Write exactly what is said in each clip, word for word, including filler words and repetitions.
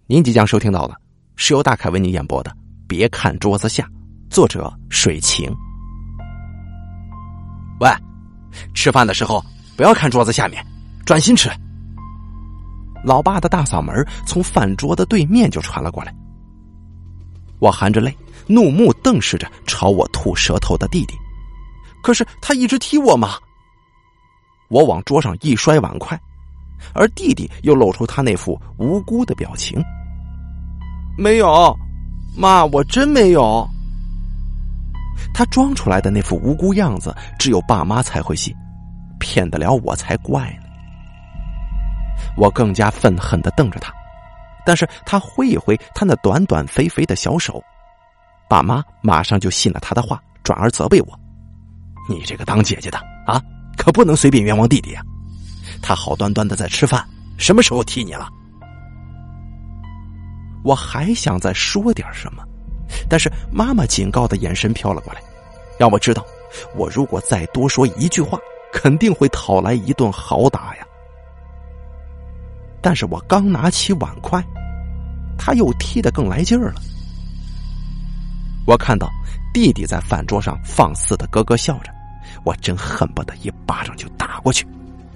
您即将收听到的是由大凯为您演播的《别看桌子下》，作者水晴。喂，吃饭的时候不要看桌子下面，专心吃。老爸的大嗓门从饭桌的对面就传了过来。我含着泪，怒目瞪视着朝我吐舌头的弟弟，可是他一直踢我嘛。我往桌上一摔碗筷，而弟弟又露出他那副无辜的表情。没有，妈，我真没有。他装出来的那副无辜样子，只有爸妈才会信，骗得了我才怪呢。我更加愤恨地瞪着他，但是他挥一挥他那短短肥肥的小手，爸妈马上就信了他的话，转而责备我：你这个当姐姐的啊，可不能随便冤枉弟弟啊！他好端端的在吃饭，什么时候踢你了？我还想再说点什么，但是妈妈警告的眼神飘了过来，让我知道我如果再多说一句话，肯定会讨来一顿好打呀。但是我刚拿起碗筷，他又踢得更来劲儿了。我看到弟弟在饭桌上放肆的咯咯笑着，我真恨不得一巴掌就打过去。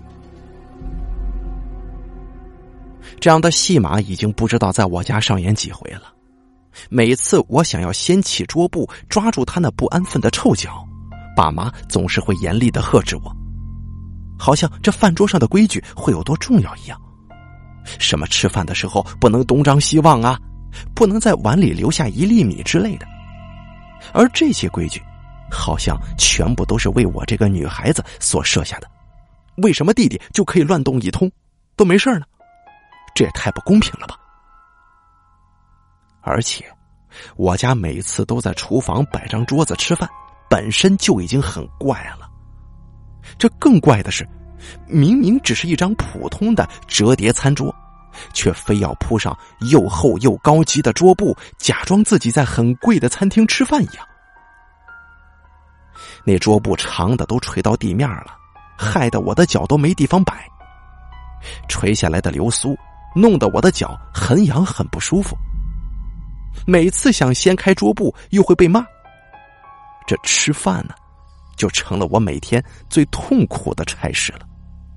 这样的戏码已经不知道在我家上演几回了。每次我想要掀起桌布抓住他那不安分的臭脚，爸妈总是会严厉地呵斥我，好像这饭桌上的规矩会有多重要一样。什么吃饭的时候不能东张西望啊，不能在碗里留下一粒米之类的。而这些规矩好像全部都是为我这个女孩子所设下的，为什么弟弟就可以乱动一通都没事呢？这也太不公平了吧。而且我家每次都在厨房摆张桌子吃饭，本身就已经很怪了。这更怪的是，明明只是一张普通的折叠餐桌，却非要铺上又厚又高级的桌布，假装自己在很贵的餐厅吃饭一样。那桌布长的都垂到地面了，害得我的脚都没地方摆。垂下来的流苏弄得我的脚很痒很不舒服，每次想掀开桌布又会被骂。这吃饭呢，就成了我每天最痛苦的差事了。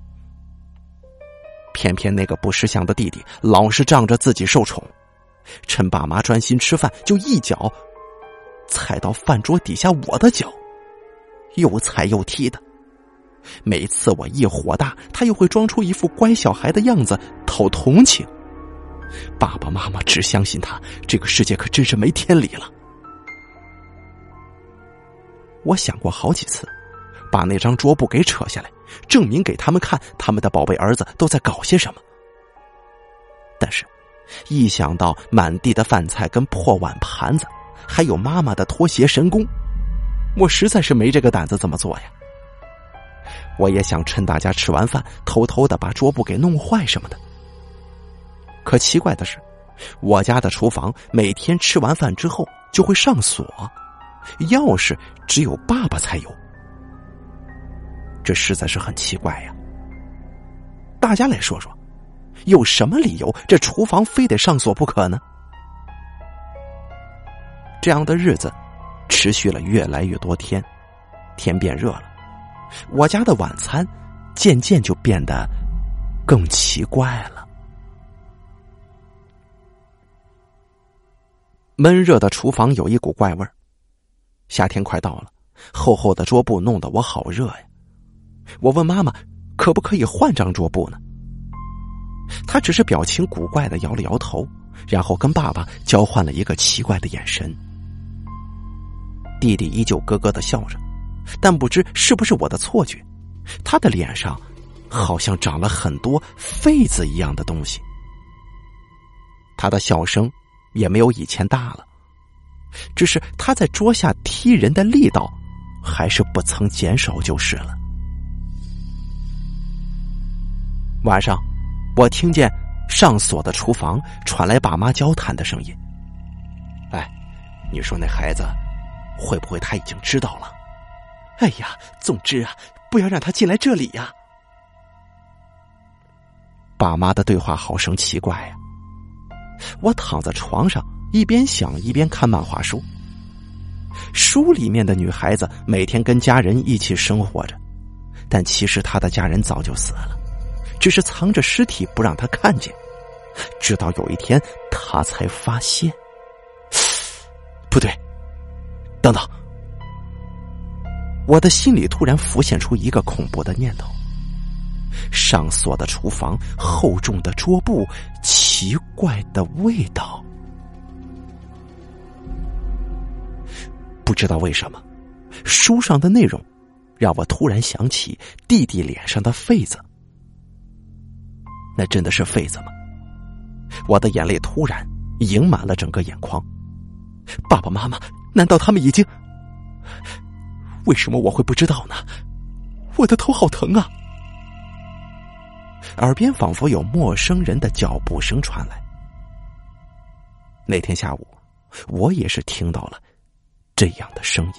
偏偏那个不识相的弟弟老是仗着自己受宠，趁爸妈专心吃饭，就一脚踩到饭桌底下我的脚，又踩又踢的。每次我一火大，他又会装出一副乖小孩的样子讨同情。爸爸妈妈只相信他，这个世界可真是没天理了。我想过好几次把那张桌布给扯下来，证明给他们看他们的宝贝儿子都在搞些什么。但是一想到满地的饭菜跟破碗盘子，还有妈妈的拖鞋神功，我实在是没这个胆子这么做呀。我也想趁大家吃完饭偷偷的把桌布给弄坏什么的。可奇怪的是，我家的厨房每天吃完饭之后就会上锁，钥匙只有爸爸才有。这实在是很奇怪呀。大家来说说，有什么理由这厨房非得上锁不可呢？这样的日子持续了越来越多天，天变热了，我家的晚餐渐渐就变得更奇怪了。闷热的厨房有一股怪味儿，夏天快到了，厚厚的桌布弄得我好热呀。我问妈妈可不可以换张桌布呢？她只是表情古怪的摇了摇头，然后跟爸爸交换了一个奇怪的眼神。弟弟依旧咯咯的笑着，但不知是不是我的错觉，他的脸上好像长了很多痱子一样的东西。他的笑声也没有以前大了，只是他在桌下踢人的力道还是不曾减少就是了。晚上我听见上锁的厨房传来爸妈交谈的声音。哎，你说那孩子会不会他已经知道了？哎呀，总之啊，不要让他进来这里呀。爸妈的对话好生奇怪呀。 我躺在床上，一边想一边看漫画书。书里面的女孩子每天跟家人一起生活着，但其实她的家人早就死了，只是藏着尸体不让她看见。直到有一天，她才发现，不对，等等！我的心里突然浮现出一个恐怖的念头：上锁的厨房，厚重的桌布，奇怪的味道。不知道为什么，书上的内容让我突然想起弟弟脸上的痱子。那真的是痱子吗？我的眼泪突然盈满了整个眼眶。爸爸妈妈，难道他们已经……为什么我会不知道呢？我的头好疼啊！耳边仿佛有陌生人的脚步声传来。那天下午，我也是听到了这样的声音。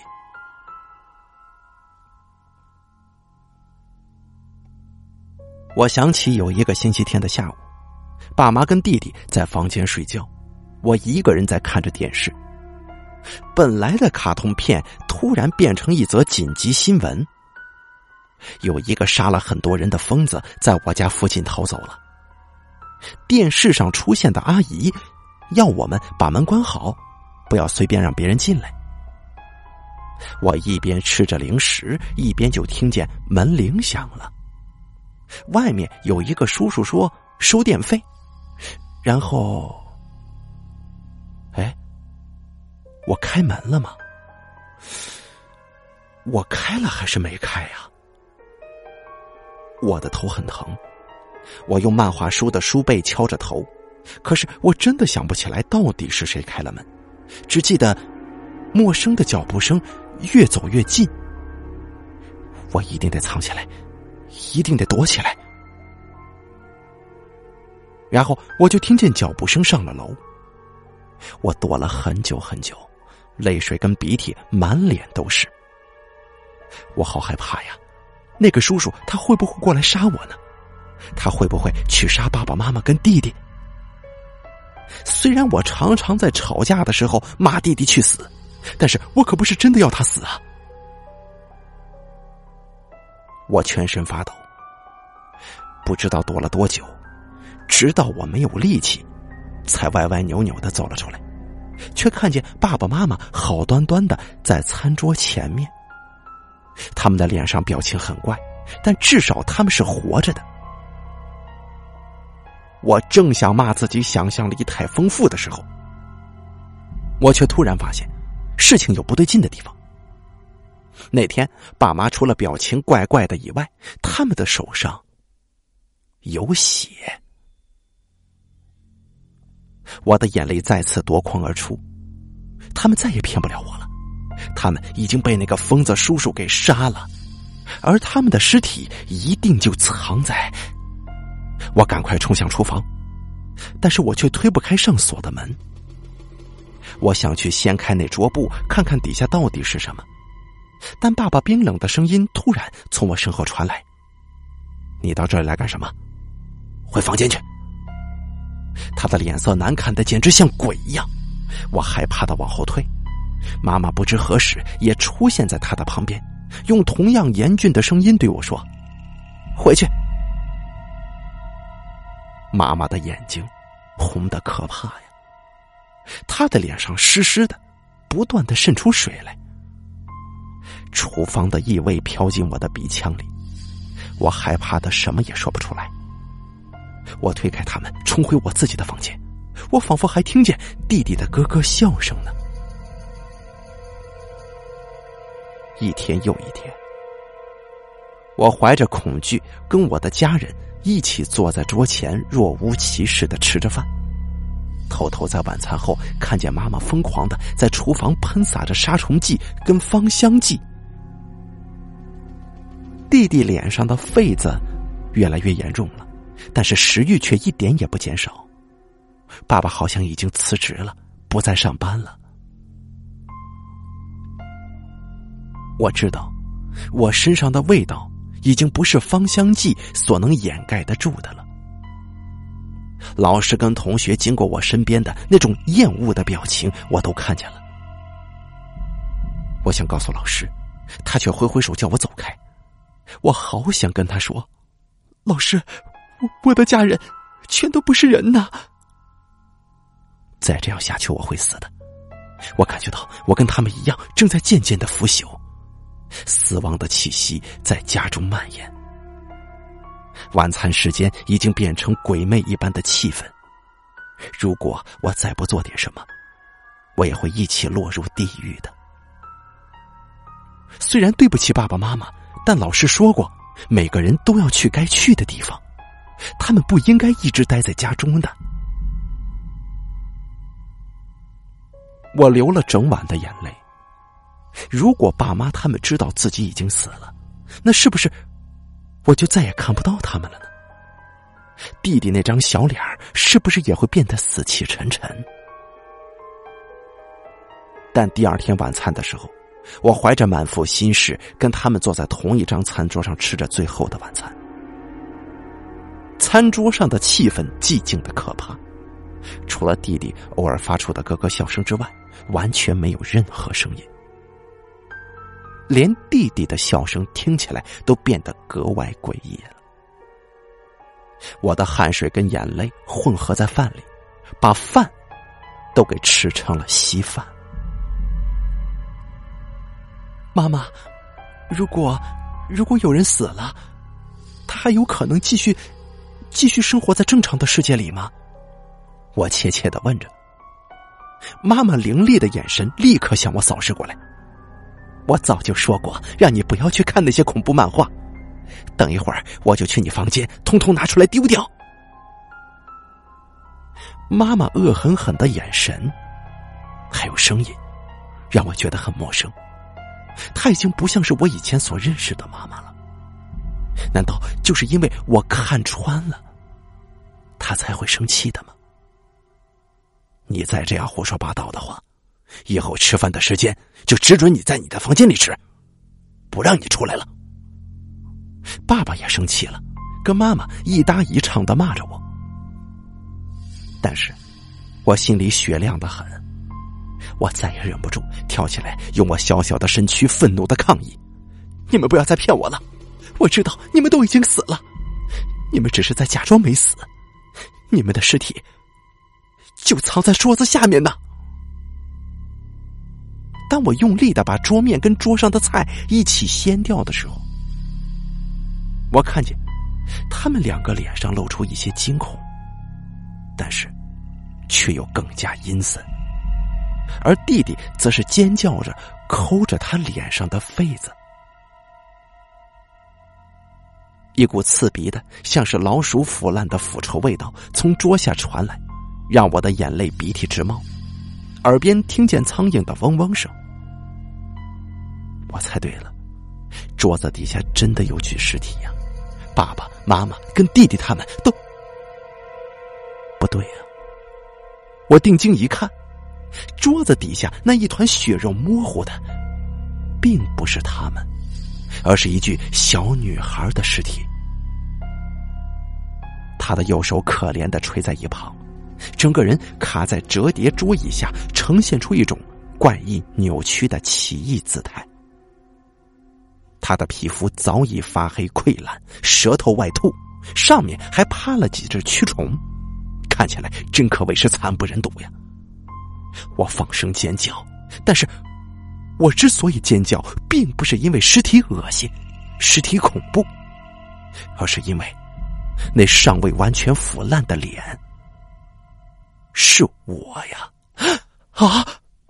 我想起有一个星期天的下午，爸妈跟弟弟在房间睡觉，我一个人在看着电视。本来的卡通片突然变成一则紧急新闻，有一个杀了很多人的疯子在我家附近逃走了。电视上出现的阿姨要我们把门关好，不要随便让别人进来。我一边吃着零食，一边就听见门铃响了。外面有一个叔叔说收电费，然后，哎，我开门了吗？我开了还是没开呀？我的头很疼，我用漫画书的书背敲着头，可是我真的想不起来到底是谁开了门，只记得陌生的脚步声越走越近。我一定得藏起来，一定得躲起来。然后我就听见脚步声上了楼，我躲了很久很久，泪水跟鼻涕满脸都是。我好害怕呀，那个叔叔他会不会过来杀我呢？他会不会去杀爸爸妈妈跟弟弟？虽然我常常在吵架的时候骂弟弟去死，但是我可不是真的要他死啊！我全身发抖，不知道躲了多久，直到我没有力气，才歪歪扭扭地走了出来，却看见爸爸妈妈好端端的在餐桌前面。他们的脸上表情很怪，但至少他们是活着的。我正想骂自己想象力太丰富的时候，我却突然发现事情有不对劲的地方。那天爸妈除了表情怪怪的以外，他们的手上有血。我的眼泪再次夺眶而出，他们再也骗不了我了，他们已经被那个疯子叔叔给杀了，而他们的尸体一定就藏在……我赶快冲向厨房，但是我却推不开上锁的门。我想去掀开那桌布，看看底下到底是什么，但爸爸冰冷的声音突然从我身后传来：“你到这里来干什么？回房间去！”他的脸色难看的简直像鬼一样，我害怕的往后退。妈妈不知何时也出现在他的旁边，用同样严峻的声音对我说：“回去。”妈妈的眼睛红得可怕呀，她的脸上湿湿的，不断地渗出水来。厨房的异味飘进我的鼻腔里，我害怕的什么也说不出来。我推开他们，冲回我自己的房间，我仿佛还听见弟弟的咯咯笑声呢。一天又一天，我怀着恐惧跟我的家人一起坐在桌前，若无其事地吃着饭，偷偷在晚餐后看见妈妈疯狂地在厨房喷洒着杀虫剂跟芳香剂。弟弟脸上的痱子越来越严重了，但是食欲却一点也不减少。爸爸好像已经辞职了，不再上班了。我知道，我身上的味道已经不是芳香剂所能掩盖得住的了。 老师跟同学经过我身边的那种厌恶的表情我都看见了。我想告诉老师，他却挥挥手叫我走开。我好想跟他说，老师，我我的家人全都不是人呐！再这样下去我会死的。我感觉到我跟他们一样正在渐渐的腐朽，死亡的气息在家中蔓延。晚餐时间已经变成鬼魅一般的气氛，如果我再不做点什么，我也会一起落入地狱的。虽然对不起爸爸妈妈，但老师说过，每个人都要去该去的地方，他们不应该一直待在家中的。我流了整晚的眼泪。如果爸妈他们知道自己已经死了，那是不是我就再也看不到他们了呢？弟弟那张小脸是不是也会变得死气沉沉？但第二天晚餐的时候，我怀着满腹心事跟他们坐在同一张餐桌上吃着最后的晚餐。餐桌上的气氛寂静的可怕，除了弟弟偶尔发出的咯咯笑声之外，完全没有任何声音。连弟弟的笑声听起来都变得格外诡异了。我的汗水跟眼泪混合在饭里，把饭都给吃成了稀饭。妈妈，如果如果有人死了，他还有可能继续继续生活在正常的世界里吗？我怯怯地问着。妈妈凌厉的眼神立刻向我扫视过来。我早就说过，让你不要去看那些恐怖漫画。等一会儿我就去你房间，通通拿出来丢掉。妈妈恶狠狠的眼神，还有声音，让我觉得很陌生。她已经不像是我以前所认识的妈妈了。难道就是因为我看穿了，她才会生气的吗？你再这样胡说八道的话，以后吃饭的时间就只准你在你的房间里吃，不让你出来了。爸爸也生气了，跟妈妈一搭一唱的骂着我。但是我心里雪亮得很，我再也忍不住跳起来，用我小小的身躯愤怒的抗议：你们不要再骗我了，我知道你们都已经死了，你们只是在假装没死，你们的尸体就藏在桌子下面呢。当我用力的把桌面跟桌上的菜一起掀掉的时候，我看见他们两个脸上露出一些惊恐，但是却又更加阴森，而弟弟则是尖叫着抠着他脸上的痱子。一股刺鼻的像是老鼠腐烂的腐臭味道从桌下传来，让我的眼泪鼻涕直冒，耳边听见苍蝇的嗡嗡声。我猜对了，桌子底下真的有具尸体呀、啊！爸爸妈妈跟弟弟他们都不对啊！我定睛一看，桌子底下那一团血肉模糊的并不是他们，而是一具小女孩的尸体。她的右手可怜地垂在一旁，整个人卡在折叠桌椅下，呈现出一种怪异扭曲的奇异姿态。他的皮肤早已发黑溃烂，舌头外吐，上面还趴了几只蛆虫，看起来真可谓是惨不忍睹呀！我放声尖叫，但是我之所以尖叫，并不是因为尸体恶心、尸体恐怖，而是因为那尚未完全腐烂的脸是我呀！啊！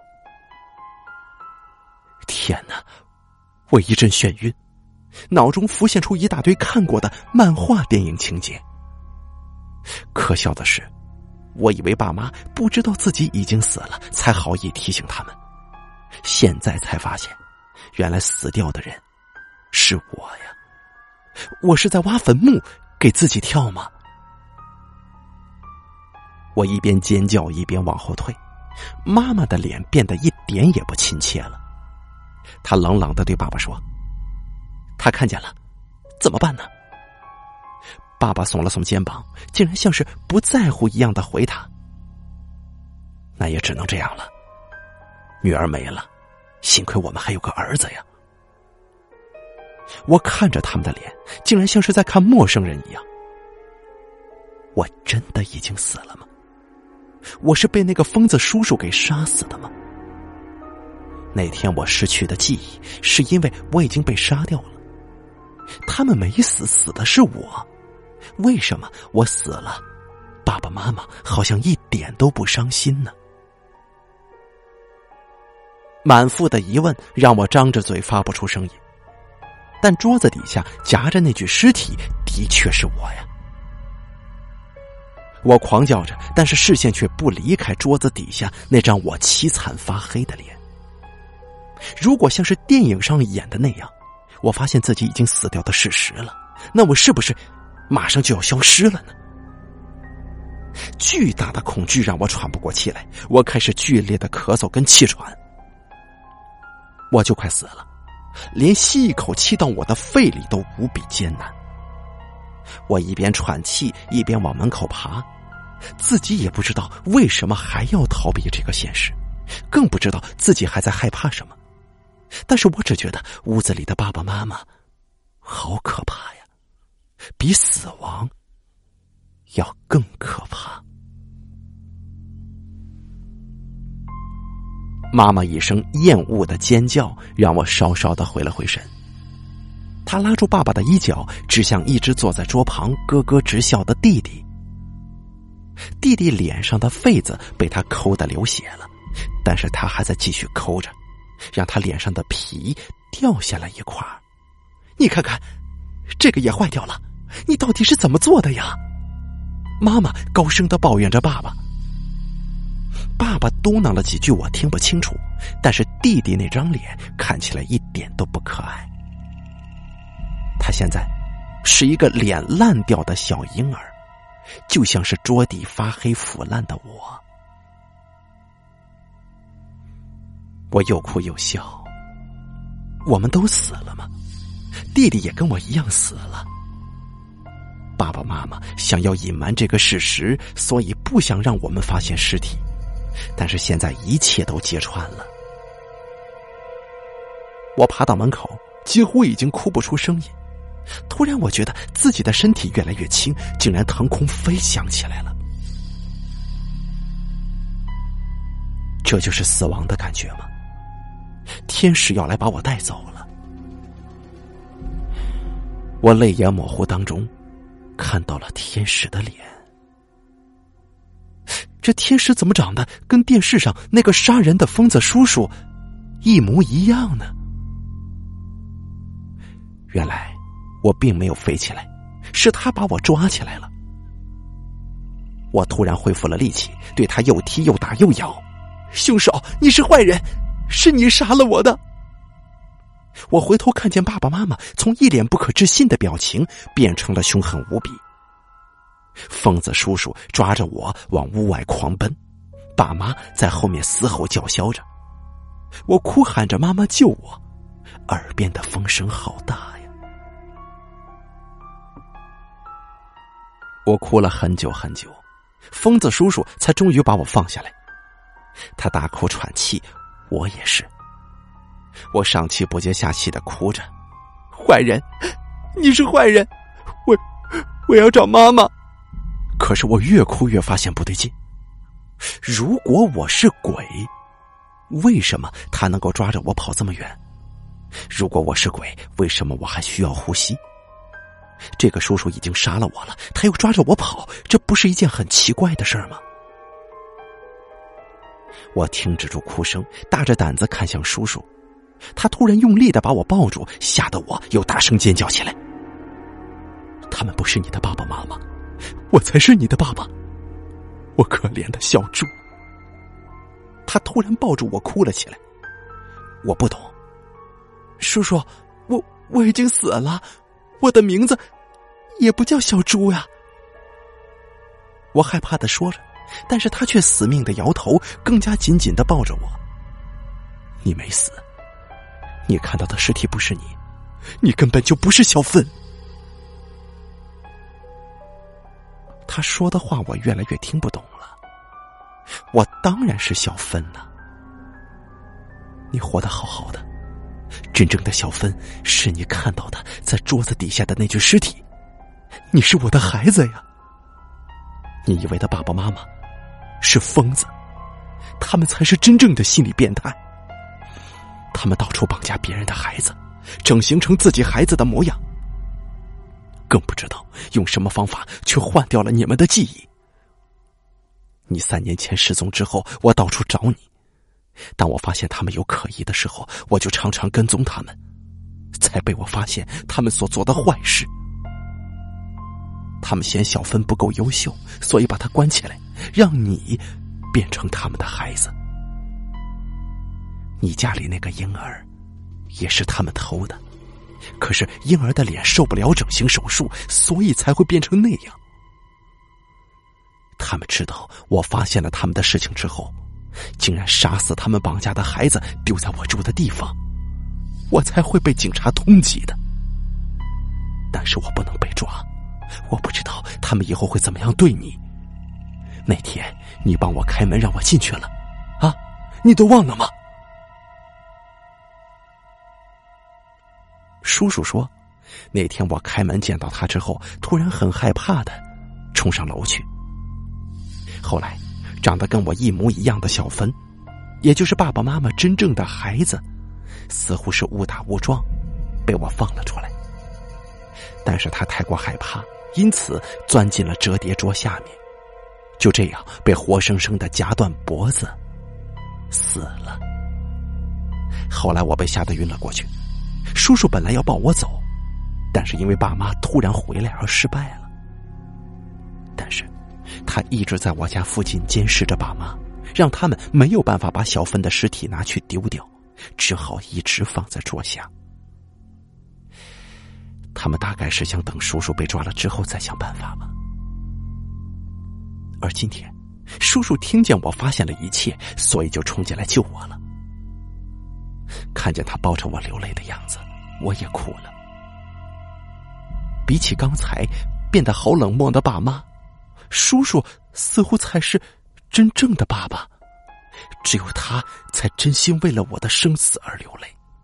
天哪！我一阵眩晕，脑中浮现出一大堆看过的漫画电影情节。可笑的是，我以为爸妈不知道自己已经死了，才好意提醒他们。现在才发现，原来死掉的人是我呀！我是在挖坟墓给自己跳吗？我一边尖叫一边往后退，妈妈的脸变得一点也不亲切了。他冷冷地对爸爸说：他看见了，怎么办呢？ 爸爸耸了耸肩膀，竟然像是不在乎一样的回他：那也只能这样了，女儿没了，幸亏我们还有个儿子呀。我看着他们的脸，竟然像是在看陌生人一样。我真的已经死了吗？我是被那个疯子叔叔给杀死的吗？那天我失去的记忆，是因为我已经被杀掉了。他们没死，死的是我。为什么我死了，爸爸妈妈好像一点都不伤心呢？满腹的疑问让我张着嘴发不出声音，但桌子底下夹着那具尸体的确是我呀。我狂叫着，但是视线却不离开桌子底下那张我凄惨发黑的脸。如果像是电影上演的那样，我发现自己已经死掉的事实了，那我是不是马上就要消失了呢？巨大的恐惧让我喘不过气来，我开始剧烈的咳嗽跟气喘。我就快死了，连吸一口气到我的肺里都无比艰难。我一边喘气一边往门口爬，自己也不知道为什么还要逃避这个现实，更不知道自己还在害怕什么。但是我只觉得屋子里的爸爸妈妈好可怕呀，比死亡要更可怕。妈妈一声厌恶的尖叫让我稍稍的回了回神。她拉住爸爸的衣角，指向一直坐在桌旁咯咯直笑的弟弟。弟弟脸上的痱子被他抠得流血了，但是他还在继续抠着，让他脸上的皮掉下来一块。你看看，这个也坏掉了，你到底是怎么做的呀？妈妈高声地抱怨着爸爸。爸爸嘟囔了几句我听不清楚，但是弟弟那张脸看起来一点都不可爱。他现在是一个脸烂掉的小婴儿，就像是桌底发黑腐烂的我。我又哭又笑。我们都死了吗？弟弟也跟我一样死了。爸爸妈妈想要隐瞒这个事实，所以不想让我们发现尸体，但是现在一切都揭穿了。我爬到门口，几乎已经哭不出声音。突然我觉得自己的身体越来越轻，竟然腾空飞翔起来了。这就是死亡的感觉吗？天使要来把我带走了。我泪眼模糊当中看到了天使的脸。这天使怎么长得跟电视上那个杀人的疯子叔叔一模一样呢？原来我并没有飞起来，是他把我抓起来了。我突然恢复了力气，对他又踢又打又咬。凶手，你是坏人，是你杀了我的。我回头看见爸爸妈妈从一脸不可置信的表情变成了凶狠无比。疯子叔叔抓着我往屋外狂奔，爸妈在后面嘶吼叫嚣着。我哭喊着妈妈救我，耳边的风声好大呀。我哭了很久很久，疯子叔叔才终于把我放下来。他大口喘气，我也是。我上气不接下气的哭着，坏人，你是坏人，我我要找妈妈。可是我越哭越发现不对劲。如果我是鬼，为什么他能够抓着我跑这么远？如果我是鬼，为什么我还需要呼吸？这个叔叔已经杀了我了，他又抓着我跑，这不是一件很奇怪的事儿吗？我停止住哭声，大着胆子看向叔叔。他突然用力地把我抱住，吓得我又大声尖叫起来。他们不是你的爸爸妈妈，我才是你的爸爸，我可怜的小猪。他突然抱住我哭了起来。我不懂。叔叔，我我已经死了，我的名字也不叫小猪呀。我害怕地说着，但是他却死命地摇头，更加紧紧地抱着我。你没死，你看到的尸体不是你，你根本就不是小芬。 他说的话我越来越听不懂了。我当然是小芬呐、啊！你活得好好的，真正的小芬是你看到的在桌子底下的那具尸体，你是我的孩子呀！你以为的爸爸妈妈是疯子，他们才是真正的心理变态。他们到处绑架别人的孩子，整形成自己孩子的模样，更不知道用什么方法去换掉了你们的记忆。你三年前失踪之后，我到处找你，当我发现他们有可疑的时候，我就常常跟踪他们，才被我发现他们所做的坏事。他们嫌小芬不够优秀，所以把她关起来，让你变成他们的孩子。你家里那个婴儿也是他们偷的，可是婴儿的脸受不了整形手术，所以才会变成那样。他们知道我发现了他们的事情之后，竟然杀死他们绑架的孩子，丢在我住的地方，我才会被警察通缉的。但是我不能被抓，我不知道他们以后会怎么样对你。那天你帮我开门让我进去了啊，你都忘了吗？叔叔说，那天我开门见到他之后，突然很害怕的冲上楼去。后来长得跟我一模一样的小芬，也就是爸爸妈妈真正的孩子，似乎是误打误撞被我放了出来。但是他太过害怕，因此钻进了折叠桌下面，就这样被活生生的夹断脖子死了。后来我被吓得晕了过去，叔叔本来要抱我走，但是因为爸妈突然回来而失败了。但是他一直在我家附近监视着爸妈，让他们没有办法把小芬的尸体拿去丢掉，只好一直放在桌下。他们大概是想等叔叔被抓了之后再想办法吧。而今天叔叔听见我发现了一切，所以就冲进来救我了。看见他抱着我流泪的样子，我也哭了。比起刚才变得好冷漠的爸妈，叔叔似乎才是真正的爸爸，只有他才真心为了我的生死而流泪。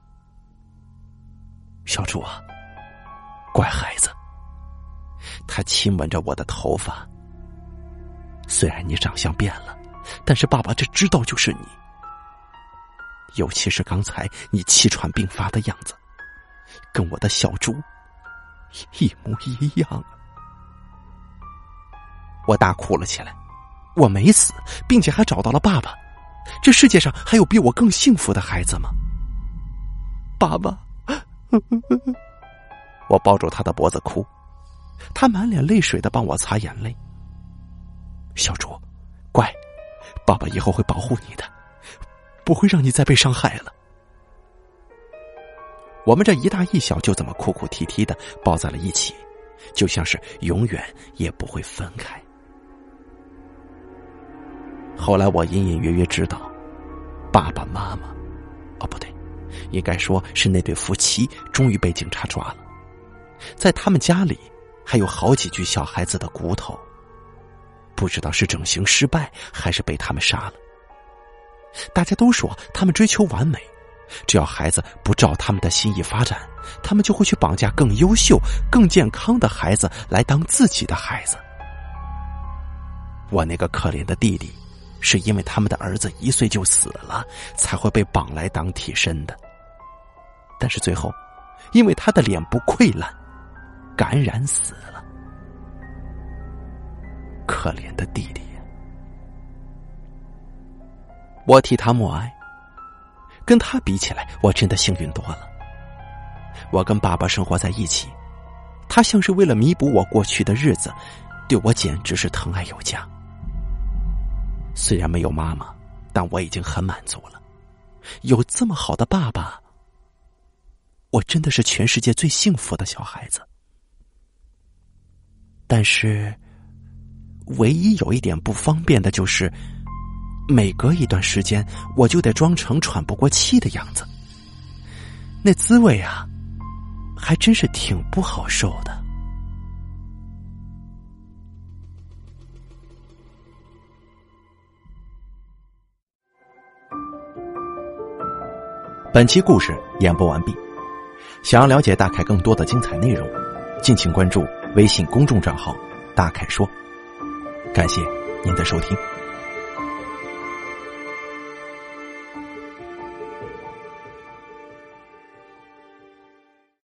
小主啊，乖孩子。他亲吻着我的头发。虽然你长相变了，但是爸爸这知道就是你。尤其是刚才你气喘病发的样子，跟我的小猪一模一样啊！我大哭了起来。我没死，并且还找到了爸爸。这世界上还有比我更幸福的孩子吗？爸爸！我抱住他的脖子哭，他满脸泪水的帮我擦眼泪。小猪，乖，爸爸以后会保护你的，不会让你再被伤害了。我们这一大一小就这么哭哭啼啼的抱在了一起，就像是永远也不会分开。后来我隐隐约约知道，爸爸妈妈，哦不对，应该说是那对夫妻终于被警察抓了。在他们家里还有好几具小孩子的骨头，不知道是整形失败还是被他们杀了。大家都说他们追求完美，只要孩子不照他们的心意发展，他们就会去绑架更优秀更健康的孩子来当自己的孩子。我那个可怜的弟弟是因为他们的儿子一岁就死了，才会被绑来当替身的。但是最后因为他的脸部溃烂感染死了。可怜的弟弟，我替他默哀。跟他比起来，我真的幸运多了。我跟爸爸生活在一起，他像是为了弥补我过去的日子，对我简直是疼爱有加。虽然没有妈妈，但我已经很满足了。有这么好的爸爸，我真的是全世界最幸福的小孩子。但是唯一有一点不方便的就是，每隔一段时间我就得装成喘不过气的样子，那滋味啊还真是挺不好受的。 本期故事演播完毕。想要了解大凯更多的精彩内容，敬请关注微信公众账号大凯说。感谢您的收听。